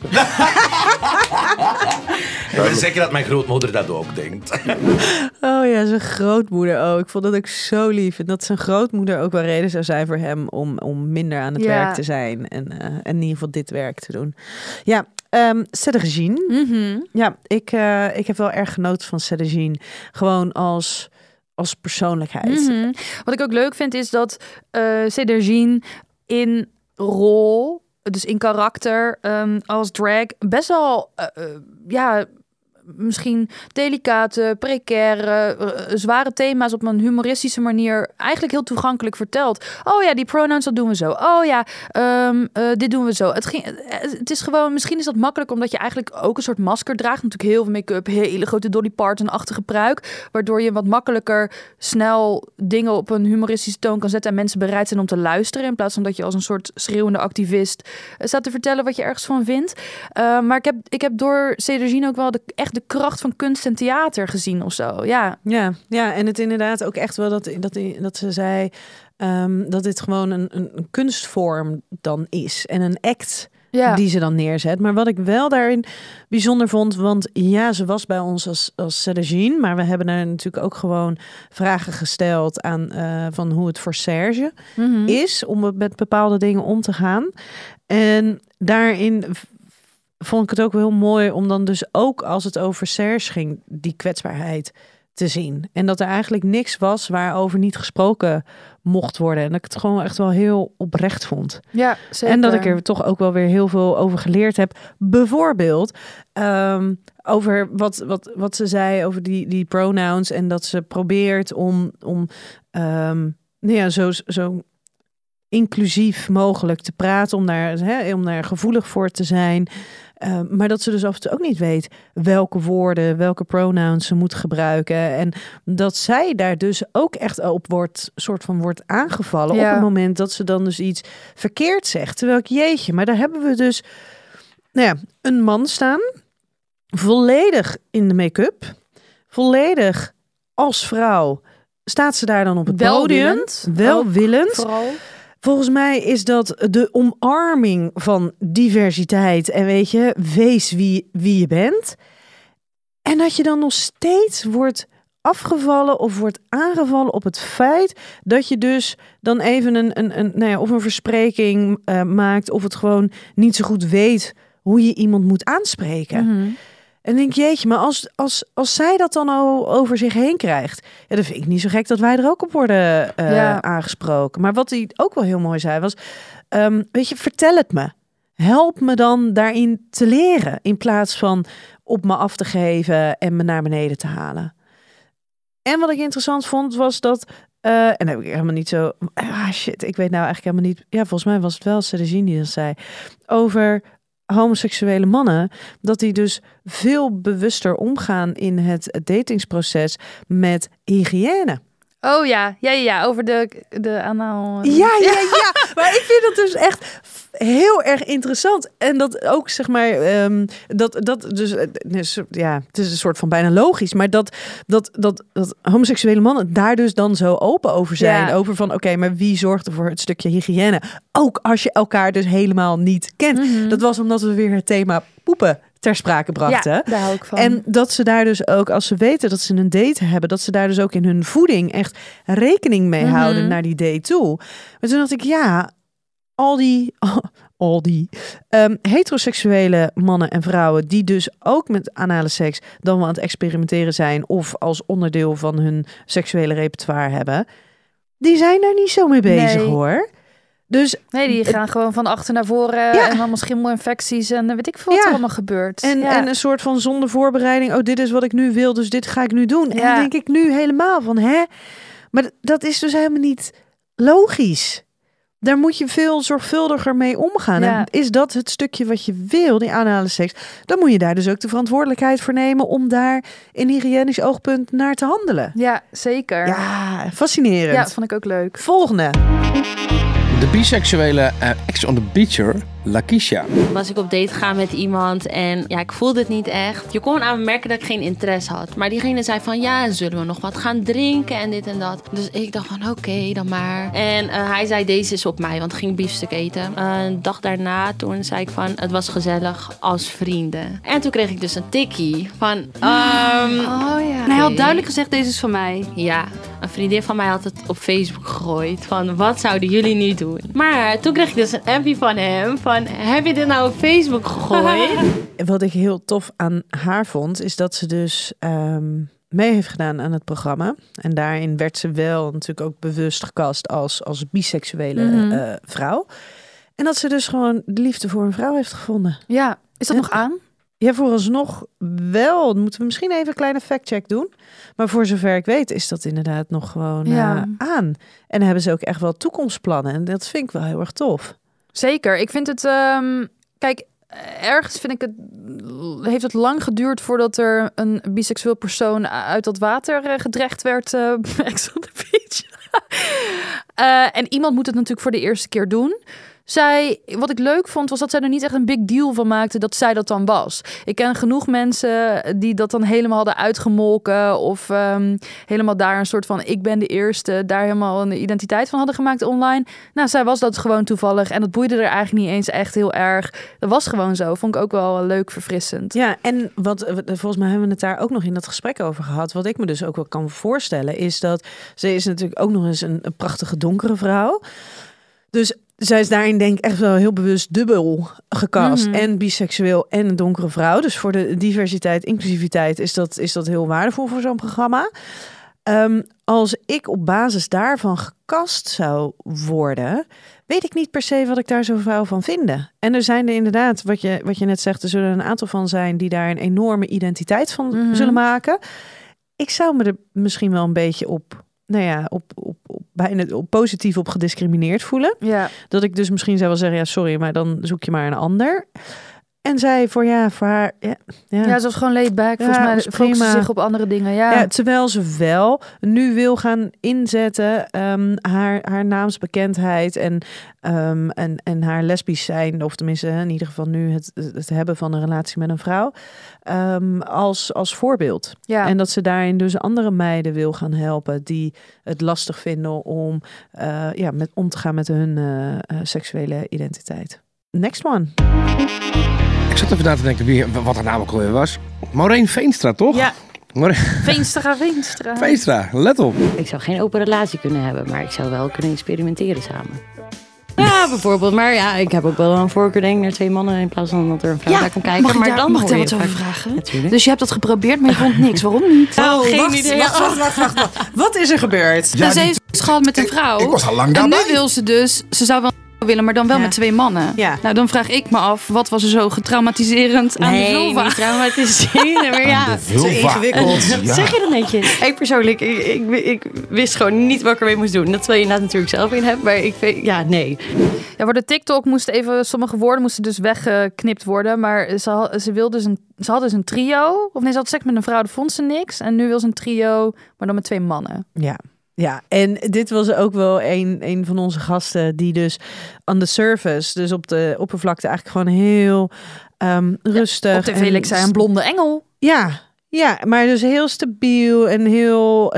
Ik ben zeker dat mijn grootmoeder dat ook denkt. Oh ja, zijn grootmoeder ook. Ik vond dat ook zo lief. En dat zijn grootmoeder ook wel reden zou zijn voor hem om minder aan het werk te zijn. En in ieder geval dit werk te doen. Ja, Sedergine. Mm-hmm. Ja, ik heb wel erg genoten van Sedergine. Gewoon als persoonlijkheid. Mm-hmm. Wat ik ook leuk vind is dat Sedergine in rol, dus in karakter, als drag, best wel misschien delicate, precaire, zware thema's op een humoristische manier eigenlijk heel toegankelijk verteld. Oh ja, die pronouns, dat doen we zo. Oh ja, dit doen we zo. Het is gewoon, misschien is dat makkelijk omdat je eigenlijk ook een soort masker draagt. Natuurlijk heel veel make-up, hele grote Dolly Parton-achtige pruik, waardoor je wat makkelijker snel dingen op een humoristische toon kan zetten en mensen bereid zijn om te luisteren, in plaats van dat je als een soort schreeuwende activist staat te vertellen wat je ergens van vindt. Maar ik heb door Sedergine ook wel echt de kracht van kunst en theater gezien of zo. Ja, en het inderdaad ook echt wel dat ze zei dat dit gewoon een kunstvorm dan is en een act die ze dan neerzet. Maar wat ik wel daarin bijzonder vond, want ja, ze was bij ons als Sedergine, maar we hebben daar natuurlijk ook gewoon vragen gesteld aan van hoe het voor Serge is om met bepaalde dingen om te gaan. En daarin vond ik het ook wel heel mooi om dan dus ook als het over Serge ging, die kwetsbaarheid te zien. En dat er eigenlijk niks was waarover niet gesproken mocht worden. En dat ik het gewoon echt wel heel oprecht vond. Ja, zeker. En dat ik er toch ook wel weer heel veel over geleerd heb. Bijvoorbeeld over wat ze zei over die pronouns. En dat ze probeert om zo inclusief mogelijk te praten. Om daar gevoelig voor te zijn. Maar dat ze dus af en toe ook niet weet welke woorden, welke pronouns ze moet gebruiken. En dat zij daar dus ook echt op wordt aangevallen op het moment dat ze dan dus iets verkeerd zegt. Terwijl jeetje, maar daar hebben we dus een man staan, volledig in de make-up, volledig als vrouw, staat ze daar dan op het podium. Welwillend. Vooral. Volgens mij is dat de omarming van diversiteit. En weet je, wees wie je bent. En dat je dan nog steeds wordt afgevallen of wordt aangevallen op het feit dat je dus dan even of een verspreking maakt of het gewoon niet zo goed weet hoe je iemand moet aanspreken. Mm-hmm. En denk jeetje, maar als zij dat dan al over zich heen krijgt, dan vind ik niet zo gek dat wij er ook op worden aangesproken. Maar wat hij ook wel heel mooi zei was, weet je, vertel het me. Help me dan daarin te leren, in plaats van op me af te geven en me naar beneden te halen. En wat ik interessant vond was dat, en dan heb ik helemaal niet zo, ik weet nou eigenlijk helemaal niet, volgens mij was het wel Sedergine die dat zei, over homoseksuele mannen, dat die dus veel bewuster omgaan in het datingsproces met hygiëne. Oh ja, over de anaal. Ja. Maar ik vind dat dus echt heel erg interessant. En dat ook, zeg maar, het is een soort van bijna logisch, maar dat homoseksuele mannen daar dus dan zo open over zijn. Ja. Over van, oké, maar wie zorgt er voor het stukje hygiëne? Ook als je elkaar dus helemaal niet kent. Mm-hmm. Dat was omdat we weer het thema poepen ter sprake brachten. Ja, daar hou ik van. En dat ze daar dus ook, als ze weten dat ze een date hebben, dat ze daar dus ook in hun voeding echt rekening mee houden naar die date toe. Maar toen dacht ik, al die heteroseksuele mannen en vrouwen die dus ook met anale seks dan wel aan het experimenteren zijn of als onderdeel van hun seksuele repertoire hebben, die zijn daar niet zo mee bezig, hoor. Dus, die gaan gewoon van achter naar voren en dan schimmelinfecties en weet ik veel wat er allemaal gebeurt. En een soort van zonder voorbereiding, dit is wat ik nu wil, dus dit ga ik nu doen. Ja. En dan denk ik nu helemaal van, maar dat is dus helemaal niet logisch. Daar moet je veel zorgvuldiger mee omgaan. Ja. En is dat het stukje wat je wil, die anale seks, dan moet je daar dus ook de verantwoordelijkheid voor nemen om daar in hygiënisch oogpunt naar te handelen. Ja, zeker. Ja, fascinerend. Ja, vond ik ook leuk. Volgende. De biseksuele Ex on the Beacher Lakisha. Was ik op date gegaan met iemand en ja, ik voelde het niet echt. Je kon aan me merken dat ik geen interesse had. Maar diegene zei van ja, zullen we nog wat gaan drinken en dit en dat. Dus ik dacht van oké, dan maar. En hij zei deze is op mij, want ik ging biefstuk eten. Een dag daarna toen zei ik van het was gezellig als vrienden. En toen kreeg ik dus een tikkie van Hij had duidelijk gezegd deze is van mij. Ja, een vriendin van mij had het op Facebook gegooid. Van, wat zouden jullie nu doen? Maar toen kreeg ik dus een appje van hem. Van, heb je dit nou op Facebook gegooid? Wat ik heel tof aan haar vond, is dat ze dus mee heeft gedaan aan het programma. En daarin werd ze wel natuurlijk ook bewust gecast als biseksuele vrouw. En dat ze dus gewoon de liefde voor een vrouw heeft gevonden. Ja, is dat nog aan? Ja, vooralsnog wel. Dan moeten we misschien even een kleine factcheck doen. Maar voor zover ik weet is dat inderdaad nog gewoon aan. En hebben ze ook echt wel toekomstplannen. En dat vind ik wel heel erg tof. Zeker. Ik vind het... kijk, ergens vind ik het... Heeft het lang geduurd voordat er een biseksueel persoon uit dat water gedreigd werd bij Ex on the Beach. En iemand moet het natuurlijk voor de eerste keer doen. Wat ik leuk vond, was dat zij er niet echt een big deal van maakte dat zij dat dan was. Ik ken genoeg mensen die dat dan helemaal hadden uitgemolken of helemaal daar een soort van ik ben de eerste, daar helemaal een identiteit van hadden gemaakt online. Nou, zij was dat gewoon toevallig en dat boeide er eigenlijk niet eens echt heel erg. Dat was gewoon zo. Vond ik ook wel leuk, verfrissend. Ja, en volgens mij hebben we het daar ook nog in dat gesprek over gehad. Wat ik me dus ook wel kan voorstellen is dat ze is natuurlijk ook nog eens een prachtige donkere vrouw. Dus zij is daarin denk ik echt wel heel bewust dubbel gecast. En biseksueel en een donkere vrouw. Dus voor de diversiteit, inclusiviteit is dat heel waardevol voor zo'n programma. Als ik op basis daarvan gecast zou worden, weet ik niet per se wat ik daar zo van vinden. En er zijn er inderdaad, wat je net zegt, er zullen een aantal van zijn die daar een enorme identiteit van zullen maken. Ik zou me er misschien wel een beetje op bijna positief op gediscrimineerd voelen. Ja. Dat ik dus misschien zou wel zeggen, ja, sorry, maar dan zoek je maar een ander. En zij voor haar... Ja, ze was gewoon laid back. Volgens mij focuste zich op andere dingen. Ja, terwijl ze wel nu wil gaan inzetten haar naamsbekendheid en haar lesbisch zijn, of tenminste in ieder geval nu het hebben van een relatie met een vrouw, als voorbeeld. Ja. En dat ze daarin dus andere meiden wil gaan helpen die het lastig vinden om om te gaan met hun seksuele identiteit. Next one. Ik zat even na te denken wat haar naam ook alweer was. Maureen Veenstra, toch? Ja. Veenstra, let op. Ik zou geen open relatie kunnen hebben, maar ik zou wel kunnen experimenteren samen. Ja, bijvoorbeeld. Maar ja, ik heb ook wel een voorkeur denk naar 2 mannen in plaats van dat er een vrouw bij kan kijken. Mag ik daar wat over vragen? Dus je hebt dat geprobeerd, maar je vond niks. Waarom niet? Geen idee. Wacht. Wat is er gebeurd? Ja, ze heeft gehad met een vrouw. Ik was al lang daarbij. En nu wil ze dus, ze zou wel willen, maar dan wel met 2 mannen. Ja. Nou, dan vraag ik me af, wat was er zo getraumatiserend aan de vulva? Nee, niet traumatiserend, maar ja. Zo ingewikkeld. Ja. Zeg je dat netjes? Ik persoonlijk, ik wist gewoon niet wat ik ermee moest doen. Dat terwijl je inderdaad natuurlijk zelf in hebt, maar ik vind, nee. Ja, voor de TikTok sommige woorden moesten dus weggeknipt worden, maar ze had dus een trio. Of nee, ze had seks met een vrouw, dat vond ze niks. En nu wil ze een trio, maar dan met 2 mannen. Ja, en dit was ook wel een van onze gasten die dus on the surface, dus op de oppervlakte eigenlijk gewoon heel rustig. Op tv leek zij een blonde engel. Ja, maar dus heel stabiel en heel,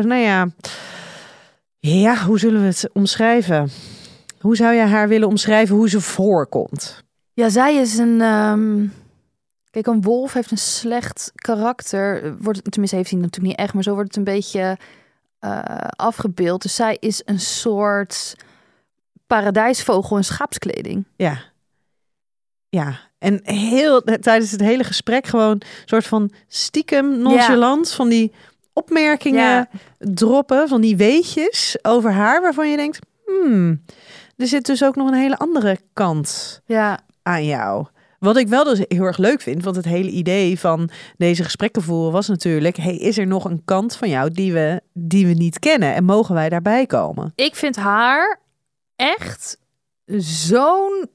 hoe zullen we het omschrijven? Hoe zou je haar willen omschrijven hoe ze voorkomt? Ja, zij is een... Kijk, een wolf heeft een slecht karakter. Tenminste, heeft hij natuurlijk niet echt, maar zo wordt het een beetje afgebeeld. Dus zij is een soort paradijsvogel in schaapskleding. Ja. En tijdens het hele gesprek gewoon een soort van stiekem nonchalant van die opmerkingen droppen, van die weetjes over haar waarvan je denkt, er zit dus ook nog een hele andere kant aan jou. Wat ik wel dus heel erg leuk vind, want het hele idee van deze gesprekken voeren was natuurlijk, is er nog een kant van jou die we niet kennen en mogen wij daarbij komen? Ik vind haar echt zo'n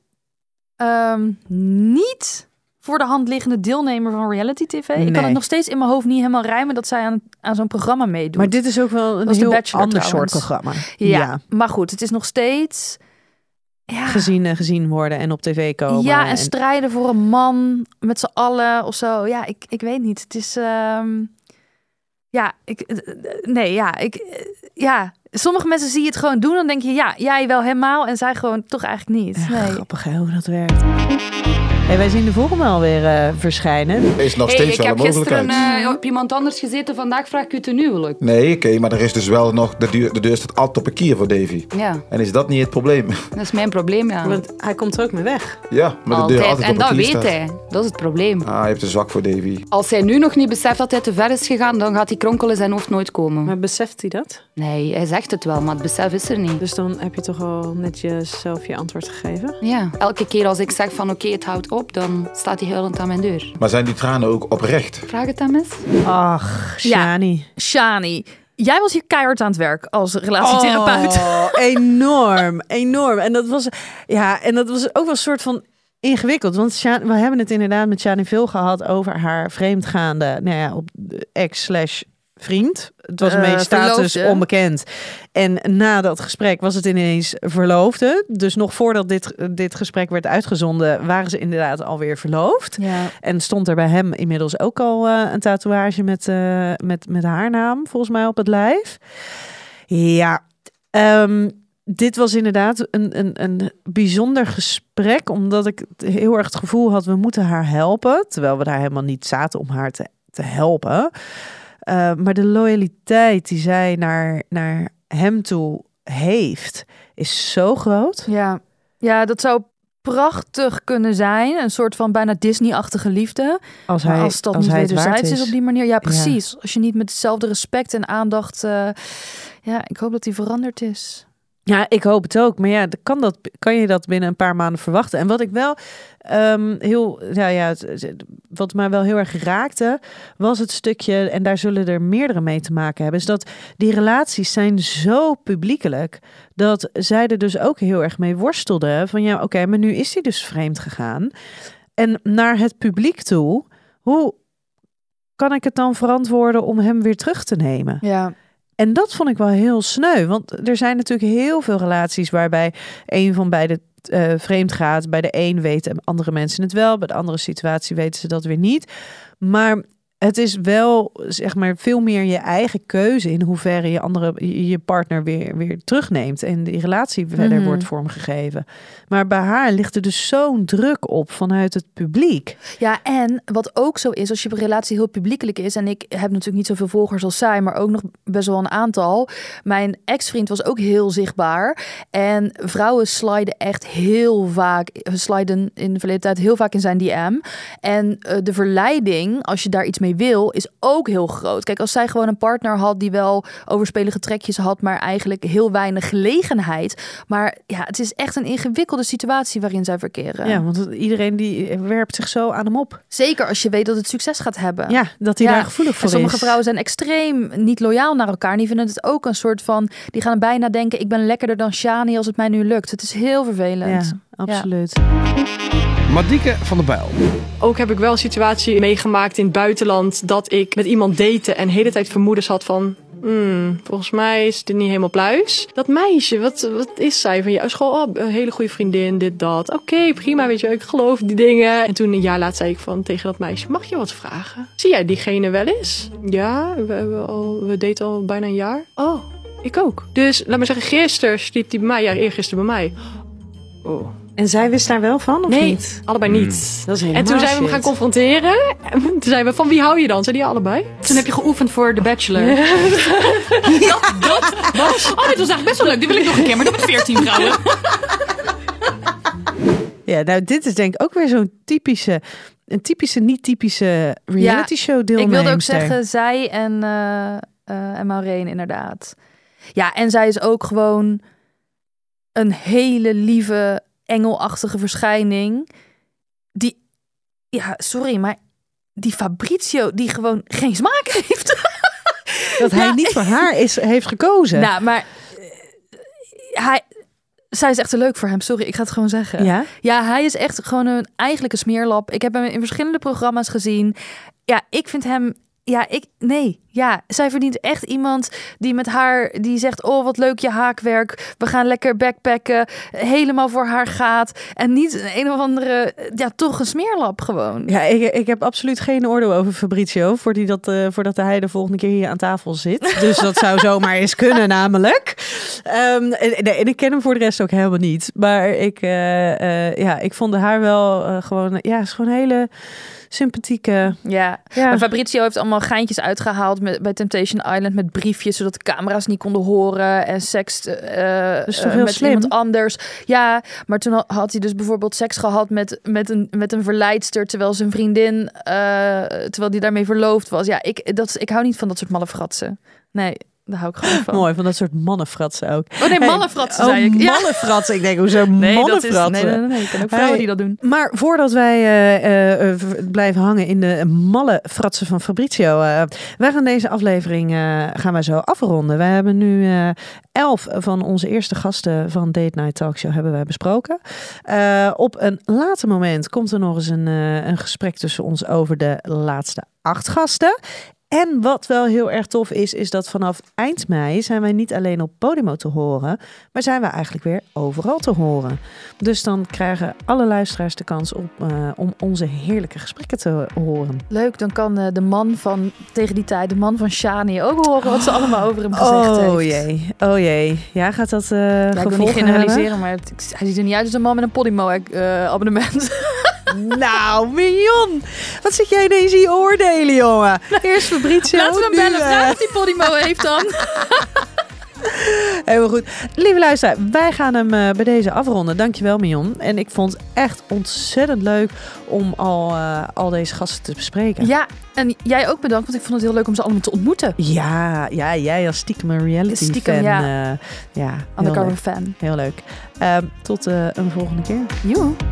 niet voor de hand liggende deelnemer van reality tv. Nee. Ik kan het nog steeds in mijn hoofd niet helemaal rijmen dat zij aan zo'n programma meedoet. Maar dit is ook wel een heel ander soort programma. Ja, maar goed, het is nog steeds gezien worden en op tv komen. Ja, en strijden voor een man met z'n allen of zo. Ja, ik weet niet. Het is... sommige mensen zie je het gewoon doen. Dan denk je, ja, jij wel helemaal. En zij gewoon toch eigenlijk niet. Nee. Grappig hoe dat werkt. Hey, wij zien de volgende alweer verschijnen. Is nog steeds wel een mogelijkheid. Ik heb gisteren op iemand anders gezeten. Vandaag vraag ik u ten huwelijk. Nee, oké, maar er is dus wel nog... De deur staat altijd op een kier voor Davy. Ja. En is dat niet het probleem? Dat is mijn probleem, ja. Want hij komt er ook mee weg. Ja, maar de deur altijd en op een kier dat weet staat. hij. Dat is het probleem. Ah, je hebt een zwak voor Davy. Als hij nu nog niet beseft dat hij te ver is gegaan, dan gaat die kronkel in zijn hoofd nooit komen. Maar beseft hij dat? Nee, hij zegt het wel, maar het besef is er niet. Dus dan heb je toch al net jezelf je antwoord gegeven? Ja. Elke keer als ik zeg van oké, het houdt op, dan staat hij huilend aan mijn deur. Maar zijn die tranen ook oprecht? Vraag het hem eens. Ach, Shani. Ja, Shani. Jij was hier keihard aan het werk als relatietherapeut. Oh, enorm. En dat was ook wel een soort van ingewikkeld. Want we hebben het inderdaad met Shani veel gehad over haar vreemdgaande, op ex/vriend. Het was een status onbekend. En na dat gesprek was het ineens verloofde. Dus nog voordat dit gesprek werd uitgezonden, waren ze inderdaad alweer verloofd. Ja. En stond er bij hem inmiddels ook al een tatoeage met haar naam, volgens mij, op het lijf. Ja, dit was inderdaad een bijzonder gesprek, omdat ik heel erg het gevoel had, we moeten haar helpen. Terwijl we daar helemaal niet zaten om haar te helpen. Maar de loyaliteit die zij naar hem toe heeft, is zo groot. Ja, dat zou prachtig kunnen zijn. Een soort van bijna Disney-achtige liefde. Als dat niet wederzijds is op die manier. Ja, precies. Ja. Als je niet met hetzelfde respect en aandacht... ik hoop dat die veranderd is. Ja, ik hoop het ook. Maar ja, kan je dat binnen een paar maanden verwachten? En wat ik wel wat mij wel heel erg raakte, was het stukje, en daar zullen er meerdere mee te maken hebben, is dat die relaties zijn zo publiekelijk, dat zij er dus ook heel erg mee worstelde. Van ja, oké, maar nu is hij dus vreemd gegaan. En naar het publiek toe, hoe kan ik het dan verantwoorden om hem weer terug te nemen? Ja. En dat vond ik wel heel sneu. Want er zijn natuurlijk heel veel relaties waarbij een van beide vreemd gaat. Bij de een weten andere mensen het wel. Bij de andere situatie weten ze dat weer niet. Maar het is wel, zeg maar, veel meer je eigen keuze in hoeverre je partner weer terugneemt en die relatie verder wordt vormgegeven. Maar bij haar ligt er dus zo'n druk op vanuit het publiek. Ja, en wat ook zo is, als je relatie heel publiekelijk is, en ik heb natuurlijk niet zoveel volgers als zij, maar ook nog best wel een aantal. Mijn ex-vriend was ook heel zichtbaar. En vrouwen sliden echt heel vaak, sliden in de verleden tijd heel vaak in zijn DM. En de verleiding, als je daar iets mee wil, is ook heel groot. Kijk, als zij gewoon een partner had die wel overspelige trekjes had, maar eigenlijk heel weinig gelegenheid. Maar ja, het is echt een ingewikkelde situatie waarin zij verkeren. Ja, want iedereen die werpt zich zo aan hem op. Zeker als je weet dat het succes gaat hebben. Ja, dat hij daar gevoelig voor is. Sommige vrouwen zijn extreem niet loyaal naar elkaar. En die vinden het ook een soort van, die gaan bijna denken, ik ben lekkerder dan Shani als het mij nu lukt. Het is heel vervelend. Ja, absoluut. Ja. Marieke van der Bijl. Ook heb ik wel een situatie meegemaakt in het buitenland dat ik met iemand date en de hele tijd vermoedens had van, volgens mij is dit niet helemaal pluis. Dat meisje, wat is zij van jouw school? Oh, een hele goede vriendin, dit, dat. Oké, prima, weet je, ik geloof die dingen. En toen een jaar later zei ik tegen dat meisje, mag je wat vragen? Zie jij diegene wel eens? Ja, we daten al bijna een jaar. Oh, ik ook. Dus, laat maar zeggen, gisteren sliep die bij mij, ja, eergisteren bij mij. Oh. En zij wist daar wel van, of niet? Allebei niet. Dat is en toen zijn we hem gaan confronteren. En toen zeiden we, van wie hou je dan? Zei die allebei. Toen heb je geoefend voor The Bachelor. Ja. dat was... Oh, dit was eigenlijk best wel leuk. Dit wil ik nog een keer, maar dan met 14 vrouwen. Ja, nou, dit is denk ik ook weer zo'n typische, niet typische reality show deelnemer. Ik wilde ook zeggen, zij en Maureen inderdaad. Ja, en zij is ook gewoon een hele lieve, engelachtige verschijning. Die, ja, sorry, maar die Fabrizio, die gewoon geen smaak heeft. Dat hij niet voor haar heeft gekozen. Nou, maar zij is echt te leuk voor hem. Sorry, ik ga het gewoon zeggen. Ja? Ja, hij is echt gewoon eigenlijk een smeerlap. Ik heb hem in verschillende programma's gezien. Ja, ik vind hem... Ja, nee. zij verdient echt iemand die met haar, die zegt, oh wat leuk je haakwerk, we gaan lekker backpacken, helemaal voor haar gaat en niet een of andere, toch een smeerlap gewoon. Ja, ik heb absoluut geen oordeel over Fabrizio, voordat hij de volgende keer hier aan tafel zit. Dus dat zou zomaar eens kunnen namelijk. En ik ken hem voor de rest ook helemaal niet. Maar ik vond haar wel gewoon, is gewoon een hele sympathieke. Ja. Maar Fabrizio heeft allemaal geintjes uitgehaald bij Temptation Island met briefjes, zodat de camera's niet konden horen en seks met slim. iemand anders. Ja, maar toen had hij dus bijvoorbeeld seks gehad met een verleidster, terwijl zijn vriendin, terwijl die daarmee verloofd was. Ja, ik hou niet van dat soort malle fratsen. Nee. Daar hou ik gewoon van. Mooi, van dat soort mannenfratsen ook. Oh nee, mannenfratsen zei ik. Ja. Mannenfratsen. Ik denk, hoezo mannenfratsen? Nee, ik ken ook vrouwen die dat doen. Maar voordat wij blijven hangen in de malle fratsen van Fabrizio, wij gaan deze aflevering gaan wij zo afronden. Wij hebben nu 11 van onze eerste gasten van Date Night Talkshow hebben wij besproken. Op een later moment komt er nog eens een gesprek tussen ons over de laatste 8 gasten. En wat wel heel erg tof is dat vanaf eind mei zijn wij niet alleen op Podimo te horen, maar zijn we eigenlijk weer overal te horen. Dus dan krijgen alle luisteraars de kans om onze heerlijke gesprekken te horen. Leuk, dan kan de man van tegen die tijd, de man van Shani ook horen wat ze allemaal over hem gezegd heeft. Oh jee. Ja, gaat dat gevolgen ik wil niet generaliseren, maar hij ziet er niet uit als een man met een Podimo abonnement. Nou, Mignon, wat zit jij ineens hier oordelen, jongen? Eerst Fabrizio. Laten we hem bellen, vragen of die Podimo heeft dan. Helemaal goed. Lieve luisteraar, wij gaan hem bij deze afronden. Dankjewel, Mignon. En ik vond het echt ontzettend leuk om al deze gasten te bespreken. Ja, en jij ook bedankt, want ik vond het heel leuk om ze allemaal te ontmoeten. Ja, jij als stiekem reality fan. Ja. Undercover fan. Heel leuk. Tot een volgende keer. Joe.